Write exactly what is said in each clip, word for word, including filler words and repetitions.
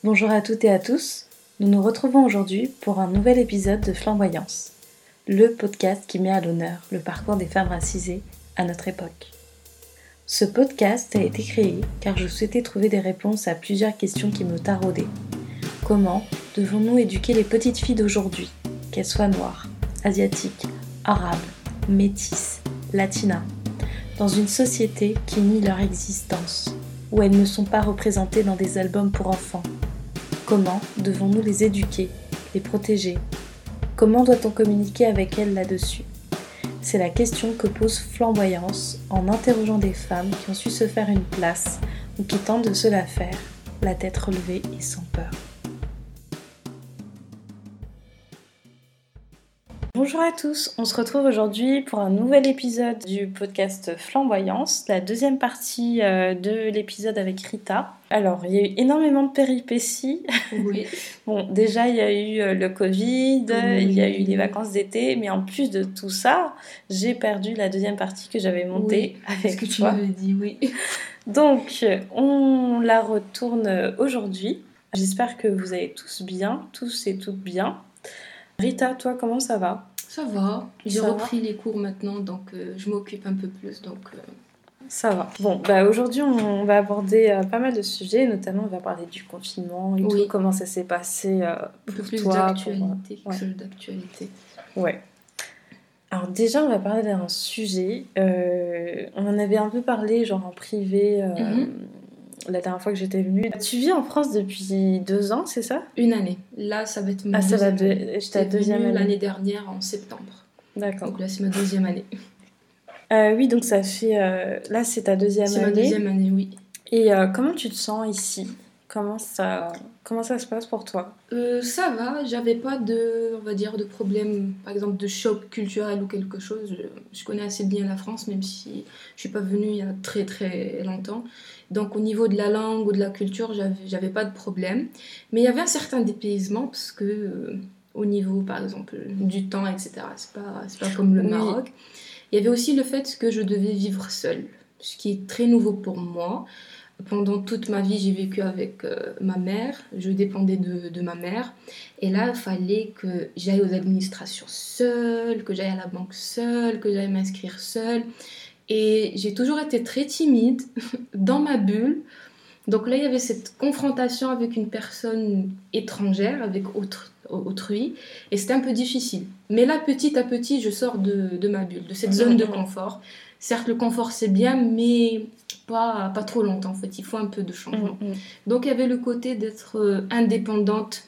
Bonjour à toutes et à tous, nous nous retrouvons aujourd'hui pour un nouvel épisode de Flamboyance, le podcast qui met à l'honneur le parcours des femmes racisées à notre époque. Ce podcast a été créé car je souhaitais trouver des réponses à plusieurs questions qui me taraudaient. Comment devons-nous éduquer les petites filles d'aujourd'hui, qu'elles soient noires, asiatiques, arabes, métisses, latinas, dans une société qui nie leur existence, où elles ne sont pas représentées dans des albums pour enfants? Comment devons-nous les éduquer, les protéger? Comment doit-on communiquer avec elles là-dessus? C'est la question que pose Flamboyance en interrogeant des femmes qui ont su se faire une place ou qui tentent de se la faire, la tête relevée et sans peur. Bonjour à tous, on se retrouve aujourd'hui pour un nouvel épisode du podcast Flamboyance, la deuxième partie euh, de l'épisode avec Rita. Alors, il y a eu énormément de péripéties. Oui. Bon, déjà, il y a eu euh, le Covid, Oui. Il y a eu les vacances d'été, mais en plus de tout ça, j'ai perdu la deuxième partie que j'avais montée oui, avec ce que tu toi. m'avais dit, oui. Donc, on la retourne aujourd'hui. J'espère que vous allez tous bien, tous et toutes bien. Rita, toi, comment ça va? Ça va, j'ai Ça repris va. les cours maintenant, donc euh, je m'occupe un peu plus. Donc, euh... Ça va. Bon, bah aujourd'hui, on va aborder euh, pas mal de sujets, notamment on va parler du confinement et oui. tout, comment ça s'est passé euh, pour un peu plus toi. d'actualité, pour... quelque chose d'actualité. Ouais. Alors déjà, on va parler d'un sujet, euh, on en avait un peu parlé, genre en privé, euh, mm-hmm. la dernière fois que j'étais venue. Tu vis en France depuis deux ans, c'est ça? Une année. Là, ça va être ma ah, deuxième ça va de... année. J'étais deuxième année. L'année dernière, en septembre. D'accord. Donc là, c'est ma deuxième année. Euh, oui, donc ça fait... Euh, là, c'est ta deuxième c'est année. C'est ma deuxième année, oui. Et euh, comment tu te sens ici? Comment ça, comment ça se passe pour toi? euh, Ça va, j'avais pas de, on va dire, de problème, par exemple, de choc culturel ou quelque chose. Je, je connais assez bien la France, même si je suis pas venue il y a très très longtemps. Donc au niveau de la langue ou de la culture, j'avais, j'avais pas de problème. Mais il y avait un certain dépaysement, parce que euh, au niveau, par exemple, du temps, et cetera, c'est pas, c'est pas comme le oui. Maroc. Il y avait aussi le fait que je devais vivre seule, ce qui est très nouveau pour moi. Pendant toute ma vie, j'ai vécu avec euh, ma mère, je dépendais de, de ma mère. Et là, il fallait que j'aille aux administrations seule, que j'aille à la banque seule, que j'aille m'inscrire seule. Et j'ai toujours été très timide, dans ma bulle. Donc là, il y avait cette confrontation avec une personne étrangère, avec autre, autrui. Et c'était un peu difficile. Mais là, petit à petit, je sors de, de ma bulle, de cette zone de confort. Certes, le confort, c'est bien, mais... Pas, pas trop longtemps en fait, il faut un peu de changement. Mmh, mmh. Donc il y avait le côté d'être euh, indépendante,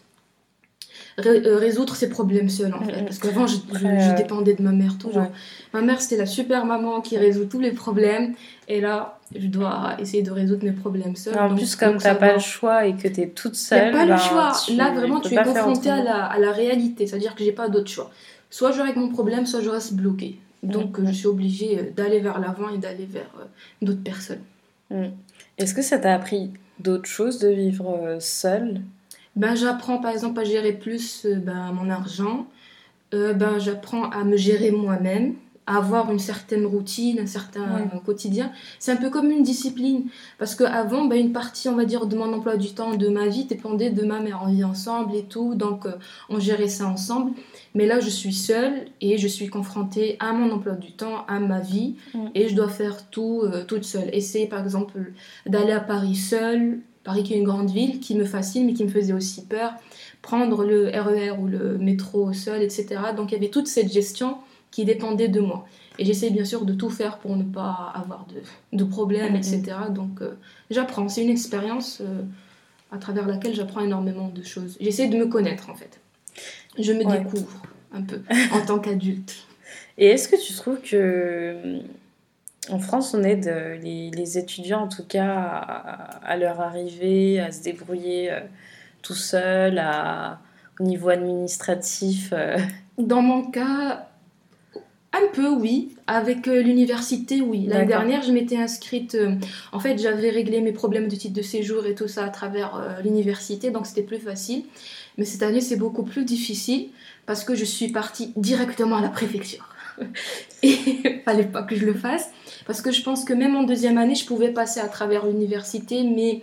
ré- euh, résoudre ses problèmes seule en mmh, fait. Parce qu'avant je, je, je dépendais de ma mère toujours. Ouais. Ma mère c'était la super maman qui résout tous les problèmes et là je dois essayer de résoudre mes problèmes seule. En donc, plus comme donc, t'as pas va. le choix et que t'es toute seule, il n'y a pas ben, le choix. Tu, là vraiment tu es confrontée à la, à la réalité, c'est-à-dire que j'ai pas d'autre choix. Soit je règle mon problème, soit je reste bloquée. Donc mmh. je suis obligée d'aller vers l'avant et d'aller vers euh, d'autres personnes. Mmh. Est-ce que ça t'a appris d'autres choses de vivre euh, seule? Ben, j'apprends par exemple à gérer plus euh, ben, mon argent. Euh, ben, j'apprends à me gérer moi-même, à avoir une certaine routine, un certain ouais. quotidien. C'est un peu comme une discipline. Parce qu'avant, ben, une partie, on va dire, de mon emploi du temps, de ma vie, dépendait de ma mère. On vit ensemble et tout, donc euh, on gérait ça ensemble. Mais là, je suis seule et je suis confrontée à mon emploi du temps, à ma vie. Mmh. Et je dois faire tout euh, toute seule. Essayer, par exemple, d'aller à Paris seule. Paris qui est une grande ville, qui me fascine, mais qui me faisait aussi peur. Prendre le R E R ou le métro seule, et cetera. Donc, il y avait toute cette gestion qui dépendait de moi. Et j'essaie bien sûr de tout faire pour ne pas avoir de, de problèmes, mmh. et cetera. Donc, euh, j'apprends. C'est une expérience euh, à travers laquelle j'apprends énormément de choses. J'essaie de me connaître, en fait. Je me ouais. découvre un peu en tant qu'adulte. Et est-ce que tu trouves que en France on aide les, les étudiants en tout cas à, à leur arrivée à se débrouiller euh, tout seul, à, au niveau administratif euh... Dans mon cas, un peu oui. Avec euh, l'université, oui. L'année D'accord. dernière, je m'étais inscrite. Euh, en fait, j'avais réglé mes problèmes de titre de séjour et tout ça à travers euh, l'université, donc c'était plus facile. Mais cette année, c'est beaucoup plus difficile parce que je suis partie directement à la préfecture. Et il fallait pas que je le fasse parce que je pense que même en deuxième année, je pouvais passer à travers l'université, mais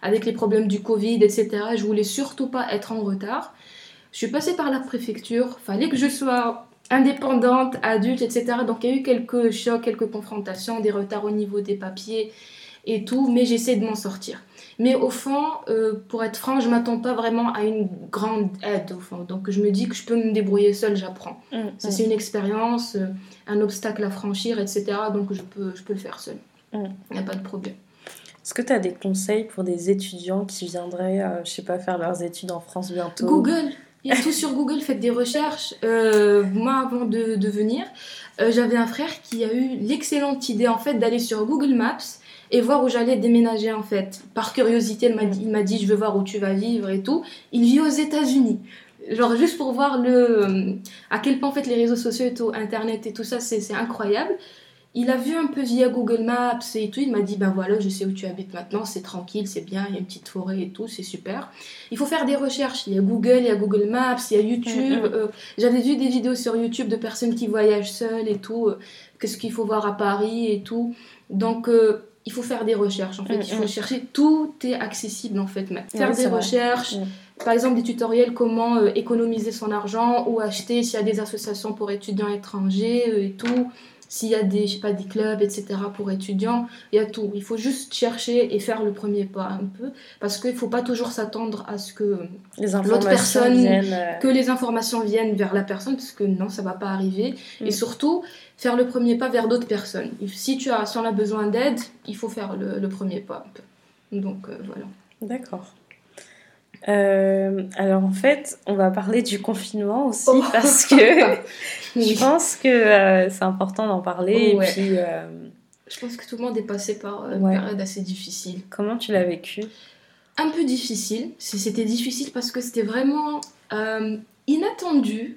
avec les problèmes du Covid, et cetera. Je voulais surtout pas être en retard. Je suis passée par la préfecture, fallait que je sois indépendante, adulte, et cetera. Donc il y a eu quelques chocs, quelques confrontations, des retards au niveau des papiers et tout, mais j'essaie de m'en sortir. Mais au fond, euh, pour être franc, je m'attends pas vraiment à une grande aide au fond. Donc je me dis que je peux me débrouiller seule, j'apprends. Mmh, Ça, mmh. c'est une expérience, euh, un obstacle à franchir, et cetera. Donc je peux, je peux le faire seule. Il Mmh. n'y a pas de problème. Est-ce que tu as des conseils pour des étudiants qui viendraient, euh, je sais pas, faire leurs études en France bientôt? Google, il y a tout sur Google, faites des recherches. Euh, moi, avant de, de venir, euh, j'avais un frère qui a eu l'excellente idée en fait d'aller sur Google Maps et voir où j'allais déménager en fait. Par curiosité, il m'a dit, il m'a dit je veux voir où tu vas vivre et tout. Il vit aux États-Unis. Genre juste pour voir le à quel point en fait les réseaux sociaux et tout, internet et tout ça, c'est, c'est incroyable. Il a vu un peu via Google Maps et tout, il m'a dit ben voilà, je sais où tu habites maintenant, c'est tranquille, c'est bien, il y a une petite forêt et tout, c'est super. Il faut faire des recherches, il y a Google, il y a Google Maps, il y a YouTube. Mm-hmm. Euh, j'avais vu des vidéos sur YouTube de personnes qui voyagent seules et tout, euh, qu'est-ce qu'il faut voir à Paris et tout. Donc euh, il faut faire des recherches en fait, Mm-hmm. il faut chercher, tout est accessible en fait. Même. Faire Ouais, des c'est vrai. recherches, Mm. par exemple des tutoriels comment euh, économiser son argent ou acheter s'il y a des associations pour étudiants étrangers euh, et tout. S'il y a des, je sais pas, des clubs, et cetera pour étudiants, il y a tout. Il faut juste chercher et faire le premier pas un peu. Parce qu'il ne faut pas toujours s'attendre à ce que Les l'autre personne, viennent, euh... que les informations viennent vers la personne, parce que non, ça ne va pas arriver. Mm. Et surtout, faire le premier pas vers d'autres personnes. Si tu as, si on a besoin d'aide, il faut faire le, le premier pas un peu. Donc euh, voilà. D'accord. Euh, alors en fait, on va parler du confinement aussi oh. parce que oui. je pense que euh, c'est important d'en parler. Ouais. Et puis, euh... je pense que tout le monde est passé par une ouais. période assez difficile. Comment tu l'as vécu ? Un peu difficile. C'était difficile parce que c'était vraiment euh, inattendu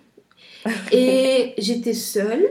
et j'étais seule.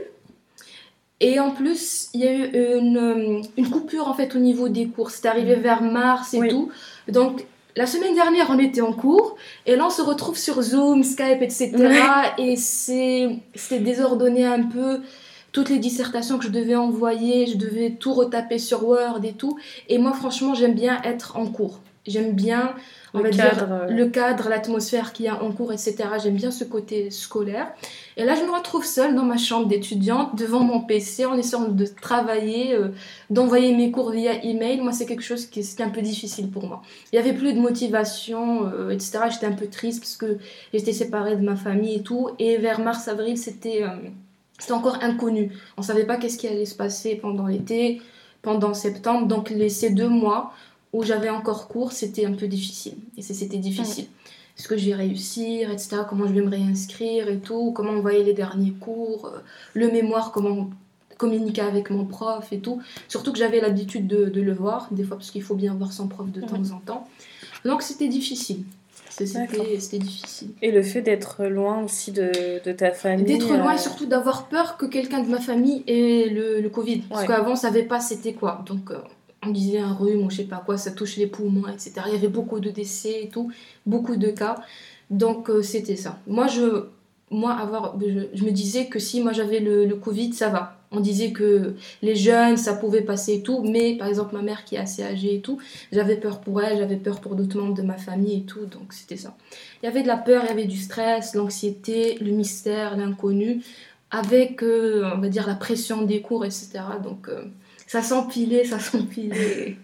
Et en plus, il y a eu une, une coupure en fait au niveau des cours. C'était arrivé vers mars et oui. tout. Donc la semaine dernière, on était en cours, et là, on se retrouve sur Zoom, Skype, et cetera. Ouais. Et c'est, c'était désordonné un peu. Toutes les dissertations que je devais envoyer, je devais tout retaper sur Word et tout. Et moi, franchement, j'aime bien être en cours. J'aime bien, on le va cadre, dire, euh... le cadre, l'atmosphère qu'il y a en cours, et cetera. J'aime bien ce côté scolaire. Et là, je me retrouve seule dans ma chambre d'étudiante, devant mon P C, en essayant de travailler, euh, d'envoyer mes cours via email. Moi, c'est quelque chose qui est un peu difficile pour moi. Il n'y avait plus de motivation, euh, et cetera. J'étais un peu triste parce que j'étais séparée de ma famille et tout. Et vers mars-avril, c'était, euh, c'était encore inconnu. On ne savait pas qu'est-ce qui allait se passer pendant l'été, pendant septembre. Donc, les, ces deux mois où j'avais encore cours, c'était un peu difficile. Et c'était difficile. Mmh. Est-ce que je vais réussir, et cetera. Comment je vais me réinscrire et tout. Comment envoyer les derniers cours. Euh, le mémoire, comment communiquer avec mon prof et tout. Surtout que j'avais l'habitude de, de le voir, des fois, parce qu'il faut bien voir son prof de mmh. temps en temps. Donc, c'était difficile. C'était, c'était difficile. Et le fait d'être loin aussi de, de ta famille. D'être loin euh... et surtout d'avoir peur que quelqu'un de ma famille ait le, le Covid. Parce ouais. qu'avant, on ne savait pas c'était quoi. Donc... Euh, on disait un rhume ou je sais pas quoi, ça touche les poumons, et cetera. Il y avait beaucoup de décès et tout, beaucoup de cas. Donc, euh, c'était ça. Moi, je, moi avoir, je, je me disais que si moi j'avais le, le Covid, ça va. On disait que les jeunes, ça pouvait passer et tout. Mais, par exemple, ma mère qui est assez âgée et tout, j'avais peur pour elle, j'avais peur pour d'autres membres de ma famille et tout. Donc, c'était ça. Il y avait de la peur, il y avait du stress, l'anxiété, le mystère, l'inconnu, avec, euh, on va dire, la pression des cours, et cetera. Donc... Euh, ça s'empilait, ça s'empilait.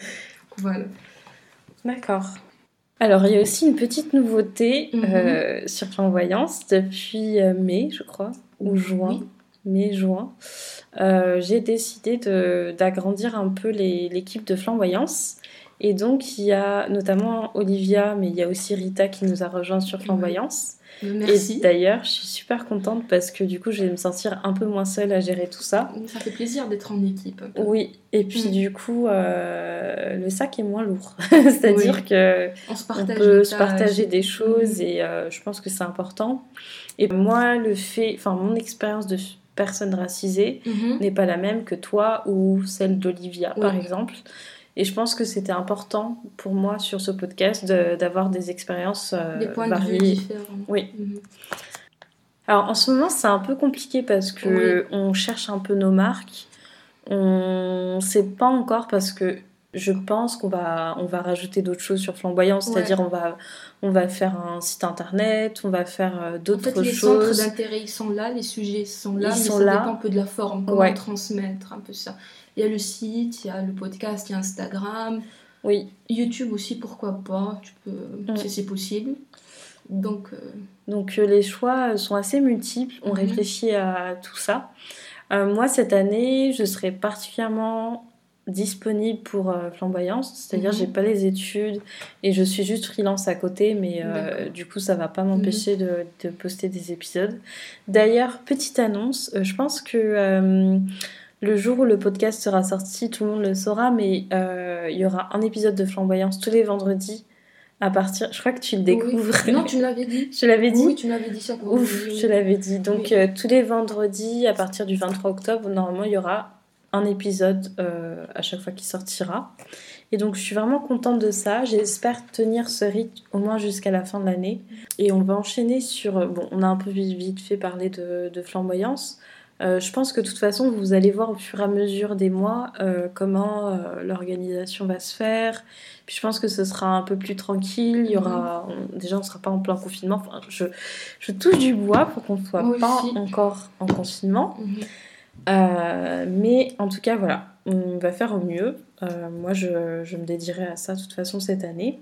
Voilà. D'accord. Alors, il y a aussi une petite nouveauté mm-hmm. euh, sur Flamboyance depuis euh, mai, je crois, ou juin. Oui. Mai, juin. Euh, j'ai décidé de, d'agrandir un peu les, l'équipe de Flamboyance. Et donc, il y a notamment Olivia, mais il y a aussi Rita qui nous a rejoints sur Flamboyance. Merci. Et d'ailleurs, je suis super contente parce que du coup, je vais me sentir un peu moins seule à gérer tout ça. Ça fait plaisir d'être en équipe. Oui, et puis mmh. du coup, euh, le sac est moins lourd. C'est-à-dire oui. que on, se partage on peut se partager des choses mmh. et euh, je pense que c'est important. Et moi, le fait, enfin, mon expérience de personne racisée mmh. n'est pas la même que toi ou celle d'Olivia, oui. par exemple. Et je pense que c'était important pour moi sur ce podcast de, d'avoir des expériences euh, des points variées. de vue différents. Oui. Mmh. Alors en ce moment, c'est un peu compliqué parce que oui. on cherche un peu nos marques. On ne sait pas encore parce que Je pense qu'on va, on va rajouter d'autres choses sur Flamboyance, Ouais. c'est-à-dire on va, on va faire un site internet, on va faire euh, En d'autres fait, les centres choses. d'intérêt, ils sont là, les sujets sont là, Ils mais sont ça là. dépend un peu de la forme, comment Ouais. transmettre un peu ça. Il y a le site, il y a le podcast, il y a Instagram, Oui. YouTube aussi, pourquoi pas, tu peux, Mm. c'est, c'est possible. Donc, euh, Donc euh, les choix sont assez multiples, on Mhm. réfléchit à tout ça. Euh, moi, cette année, je serai particulièrement disponible pour euh, Flamboyance, c'est-à-dire Mhm. j'ai pas les études et je suis juste freelance à côté, mais euh, D'accord. du coup ça va pas m'empêcher de, de poster des épisodes. D'ailleurs, petite annonce, euh, je pense que euh, le jour où le podcast sera sorti, tout le monde le saura, mais euh, il y aura un épisode de Flamboyance tous les vendredis à partir... Je crois que tu le découvres. Oui. Non, tu me l'avais dit. Je te l'avais dit. Oui, tu me l'avais dit ça. Pour Ouf, vendredi, je oui. te l'avais dit. Donc Oui. euh, tous les vendredis, à partir du vingt-trois octobre, normalement, il y aura un épisode euh, à chaque fois qui sortira. Et donc je suis vraiment contente de ça. J'espère tenir ce rythme au moins jusqu'à la fin de l'année. Et on va enchaîner sur... Bon, on a un peu vite, vite fait parler de, de Flamboyance. Euh, je pense que de toute façon, vous allez voir au fur et à mesure des mois euh, comment euh, l'organisation va se faire. Puis je pense que ce sera un peu plus tranquille. Il y aura, on- déjà, on ne sera pas en plein confinement. Enfin, je, je touche du bois pour qu'on ne soit Moi pas aussi. encore en confinement. Mhm. Euh, mais en tout cas, voilà, on va faire au mieux. Euh, moi, je, je me dédierai à ça de toute façon cette année.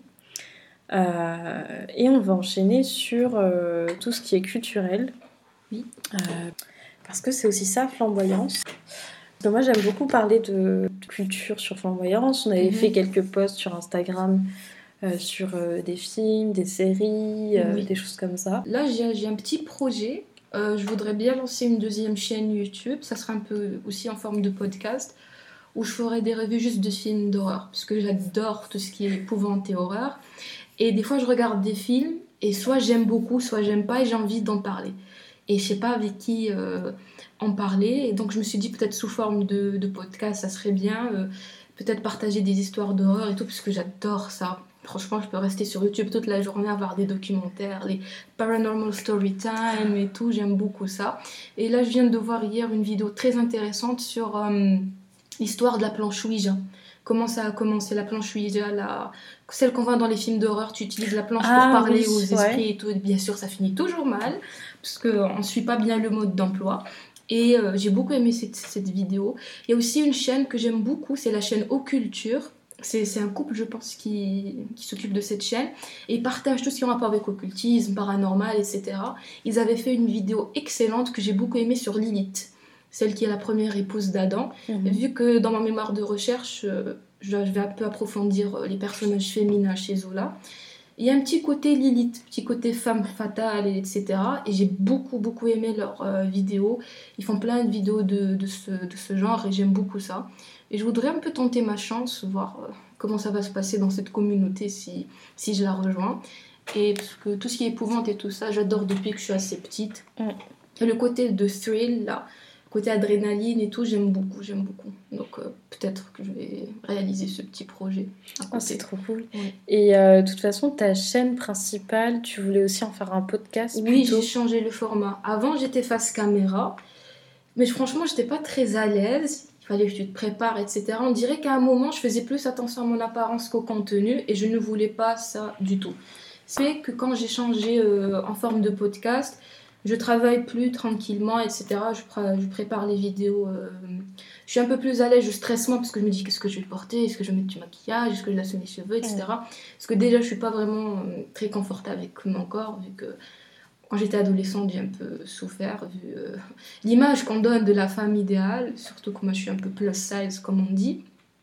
Euh, et on va enchaîner sur euh, tout ce qui est culturel. Oui. Euh, parce que c'est aussi ça, Flamboyance. Donc moi, j'aime beaucoup parler de, de culture sur Flamboyance. On avait Mhm. fait quelques posts sur Instagram euh, sur euh, des films, des séries, euh, Oui. des choses comme ça. Là, j'ai, j'ai un petit projet. Euh, je voudrais bien lancer une deuxième chaîne YouTube. Ça sera un peu aussi en forme de podcast où je ferai des revues juste de films d'horreur parce que j'adore tout ce qui est épouvante et horreur. Et des fois, je regarde des films et soit j'aime beaucoup, soit j'aime pas et j'ai envie d'en parler. Et je sais pas avec qui euh, en parler. Et donc, je me suis dit peut-être sous forme de, de podcast, ça serait bien. euh, peut-être partager des histoires d'horreur et tout parce que j'adore ça. Franchement, je peux rester sur YouTube toute la journée à voir des documentaires, les paranormal story time et tout. J'aime beaucoup ça. Et là, je viens de voir hier une vidéo très intéressante sur euh, l'histoire de la planche Ouija. Comment ça a commencé la planche Ouija, la... celle qu'on voit dans les films d'horreur, tu utilises la planche Ah, pour parler oui, aux esprits ouais. et tout. Et bien sûr, ça finit toujours mal parce qu'on ne suit pas bien le mode d'emploi. Et euh, j'ai beaucoup aimé cette, cette vidéo. Il y a aussi une chaîne que j'aime beaucoup, c'est la chaîne Occulture. C'est, c'est un couple, je pense, qui, qui s'occupe de cette chaîne. Et ils partagent tout ce qui est en rapport avec occultisme, paranormal, et cetera. Ils avaient fait une vidéo excellente que j'ai beaucoup aimée sur Lilith, celle qui est la première épouse d'Adam. Mhm. Vu que dans ma mémoire de recherche, euh, je je vais un peu approfondir euh, les personnages féminins chez Zola. Il y a un petit côté Lilith, petit côté femme fatale, et etc. Et j'ai beaucoup, beaucoup aimé leurs euh, vidéos. Ils font plein de vidéos de, de, ce, de ce genre et j'aime beaucoup ça. Et je voudrais un peu tenter ma chance, voir euh, comment ça va se passer dans cette communauté si, si je la rejoins. Et parce que tout ce qui est épouvante et tout ça, j'adore depuis que je suis assez petite. Mm. Et le côté de thrill, là, côté adrénaline et tout, j'aime beaucoup, j'aime beaucoup. Donc euh, peut-être que je vais réaliser ce petit projet à Oh, côté. c'est trop cool. Ouais. Et euh, de toute façon, ta chaîne principale, tu voulais aussi en faire un podcast Oui, plutôt. j'ai changé le format. Avant, j'étais face caméra, mais franchement, j'étais pas très à l'aise. Il fallait que tu te prépares, et cetera. On dirait qu'à un moment, je faisais plus attention à mon apparence qu'au contenu et je ne voulais pas ça du tout. C'est que quand j'ai changé euh, en forme de podcast, je travaille plus tranquillement, et cetera. Je, pr- je prépare les vidéos. euh, Je suis un peu plus à l'aise, je stresse moins parce que je me dis qu'est-ce que je vais porter, est-ce que je vais mettre du maquillage, est-ce que je laisse mes cheveux, et cetera. Parce que déjà, je suis pas vraiment euh, très confortable avec mon corps, vu que quand j'étais adolescente, j'ai un peu souffert, vu euh, l'image qu'on donne de la femme idéale, surtout que moi je suis un peu plus size, comme on dit.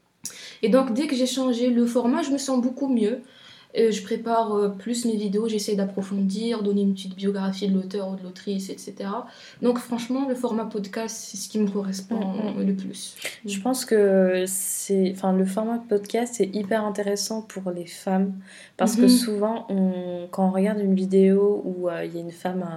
Et donc, dès que j'ai changé le format, je me sens beaucoup mieux. Euh, je prépare euh, plus mes vidéos, j'essaie d'approfondir, donner une petite biographie de l'auteur ou de l'autrice, et cetera. Donc franchement, le format podcast, c'est ce qui me correspond Mm, mm. le plus. Je pense que c'est, enfin, le format de podcast est hyper intéressant pour les femmes parce que Mhm. souvent, on, quand on regarde une vidéo où euh, il y a une femme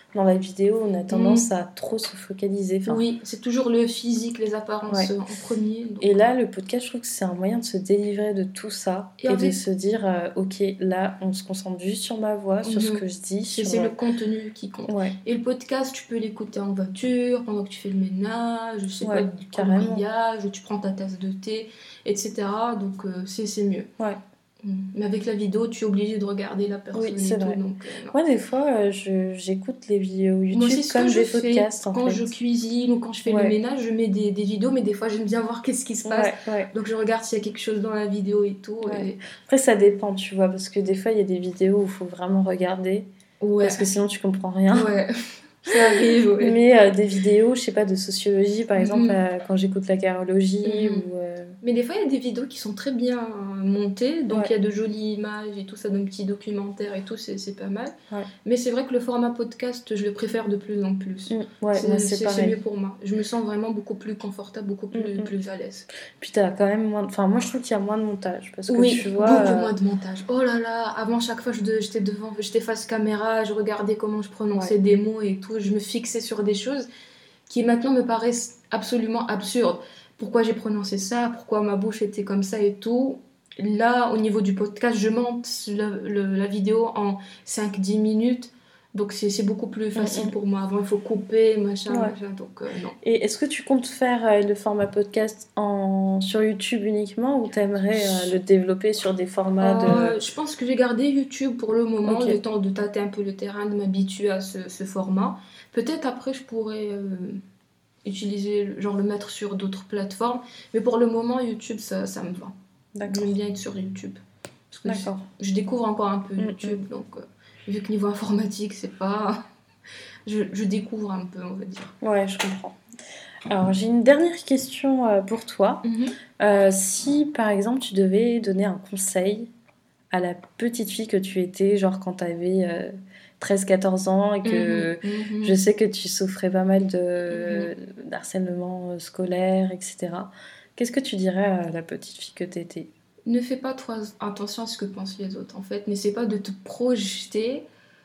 dans la vidéo, on a tendance mmh. à trop se focaliser. Enfin, oui, c'est toujours le physique, les apparences ouais. en premier. Donc... Et là, le podcast, je trouve que c'est un moyen de se délivrer de tout ça et, et de fait... se dire, euh, ok, là, on se concentre juste sur ma voix, sur mmh. ce que je dis. C'est, sur... c'est le contenu qui compte. Ouais. Et le podcast, tu peux l'écouter en voiture, pendant que tu fais le ménage, je sais ouais, pas, du coloriage, ou tu prends ta tasse de thé, et cetera. Donc, euh, c'est, c'est mieux. Ouais. Mais avec la vidéo, tu es obligé de regarder la personne. Oui, c'est et vrai. Tout, donc, euh, Moi, des fois, euh, je, j'écoute les vidéos YouTube Moi, c'est comme que des je podcasts. Fais, en quand fait. je cuisine ou quand je fais ouais. le ménage, je mets des, des vidéos, mais des fois, j'aime bien voir qu'est-ce qui se passe. Ouais, ouais. Donc, je regarde s'il y a quelque chose dans la vidéo et tout. Ouais. Et... Après, ça dépend, tu vois, parce que des fois, il y a des vidéos où il faut vraiment regarder. Ouais. Parce que sinon, tu comprends rien. Ouais. Ça arrive, ouais. Mais euh, des vidéos, je sais pas, de sociologie, par exemple, mm-hmm. euh, quand j'écoute la carologie mm-hmm. ou... Euh... Mais des fois, il y a des vidéos qui sont très bien montées, donc il ouais. y a de jolies images et tout ça, d'un petit documentaire et tout, c'est, c'est pas mal. Ouais. Mais c'est vrai que le format podcast, je le préfère de plus en plus. Mm. Ouais, c'est, moi, c'est, c'est, c'est mieux pour moi. Je me sens vraiment beaucoup plus confortable, beaucoup plus, mm-hmm. plus à l'aise. Puis t'as quand même moins... Enfin, moi, je trouve qu'il y a moins de montage, parce que oui, tu vois... beaucoup euh... moins de montage. Oh là là, avant, chaque fois, je de... j'étais devant, j'étais face caméra, je regardais comment je prononçais ouais. des mots et tout, je me fixais sur des choses qui maintenant me paraissent absolument absurdes. Pourquoi j'ai prononcé ça, pourquoi ma bouche était comme ça et tout. Là, au niveau du podcast, je monte le, le, la vidéo en cinq à dix minutes. Donc, c'est, c'est beaucoup plus facile mm-hmm. pour moi. Avant, il faut couper, machin, ouais. machin. Donc, euh, non. Et est-ce que tu comptes faire euh, le format podcast en... sur YouTube uniquement ou t'aimerais euh, le développer sur des formats euh, de... Je pense que je vais garder YouTube pour le moment, okay. le temps de tâter un peu le terrain, de m'habituer à ce, ce format. Peut-être après, je pourrais... Euh... utiliser, genre le mettre sur d'autres plateformes, mais pour le moment YouTube ça, ça me va. D'accord. J'aime bien être sur YouTube parce que D'accord. Je, je découvre encore un peu YouTube, mm-hmm. donc euh, vu que niveau informatique c'est pas je, je découvre un peu, on va dire. Ouais, je comprends. Alors j'ai une dernière question euh, pour toi. Mm-hmm. Euh, si par exemple tu devais donner un conseil à la petite fille que tu étais, genre quand t'avais euh, treize à quatorze ans et que mmh, mmh. je sais que tu souffrais pas mal de, mmh. d'harcèlement scolaire, et cetera. Qu'est-ce que tu dirais à la petite fille que t'étais ? Ne fais pas trop attention à ce que pensent les autres, en fait. N'essaie pas de te projeter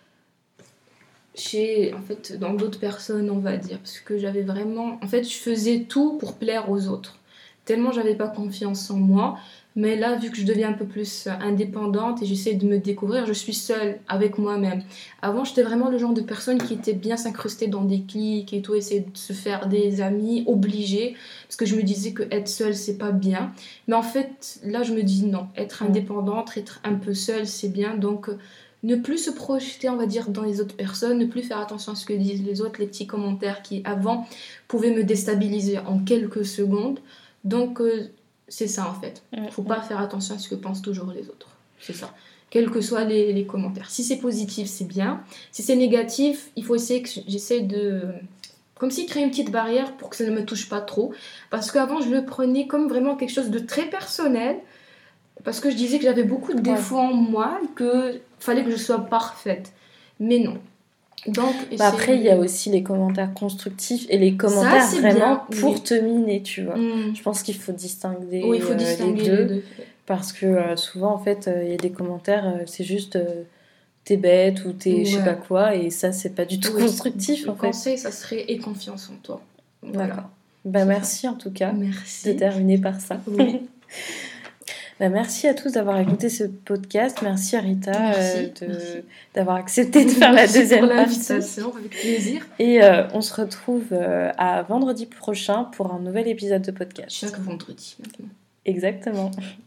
chez, en fait, dans d'autres personnes, on va dire. Parce que j'avais vraiment... En fait, je faisais tout pour plaire aux autres. Tellement j'avais pas confiance en moi. Mais là, vu que je deviens un peu plus indépendante et j'essaie de me découvrir, je suis seule avec moi-même. Avant, j'étais vraiment le genre de personne qui était bien s'incrustée dans des clics et tout, essayer de se faire des amis obligés, parce que je me disais que être seule, c'est pas bien. Mais en fait, là, je me dis non, être indépendante, être un peu seule, c'est bien. Donc, ne plus se projeter, on va dire, dans les autres personnes, ne plus faire attention à ce que disent les autres, les petits commentaires qui, avant, pouvaient me déstabiliser en quelques secondes. Donc... Euh, c'est ça en fait. Il ne faut pas faire attention à ce que pensent toujours les autres. C'est ça. Quels que soient les, les commentaires. Si c'est positif, c'est bien. Si c'est négatif, il faut essayer que j'essaie de... Comme si créer une petite barrière pour que ça ne me touche pas trop. Parce qu'avant, je le prenais comme vraiment quelque chose de très personnel. Parce que je disais que j'avais beaucoup de défauts en moi, qu'il fallait que je sois parfaite. Mais non. Donc, bah après, il y a aussi les commentaires constructifs et les commentaires ça, vraiment bien. Pour oui. te miner, tu vois. Mm. Je pense qu'il faut distinguer, oui, il faut distinguer euh, les, deux, les deux. Parce que euh, souvent, en fait, il euh, y a des commentaires, euh, c'est juste euh, t'es bête ou t'es ouais. je sais pas quoi, et ça, c'est pas du tout oui. constructif, Le en fait. conseil, ça serait aie confiance en toi. Voilà. D'accord. Bah, merci ça. En tout cas merci. de terminer par ça. Oui. Bah, merci à tous d'avoir écouté ce podcast. Merci à Rita merci, euh, de, merci. d'avoir accepté de faire la deuxième pour partie. L'invitation, avec plaisir. Et euh, on se retrouve euh, à vendredi prochain pour un nouvel épisode de podcast. Chaque vendredi maintenant. Exactement.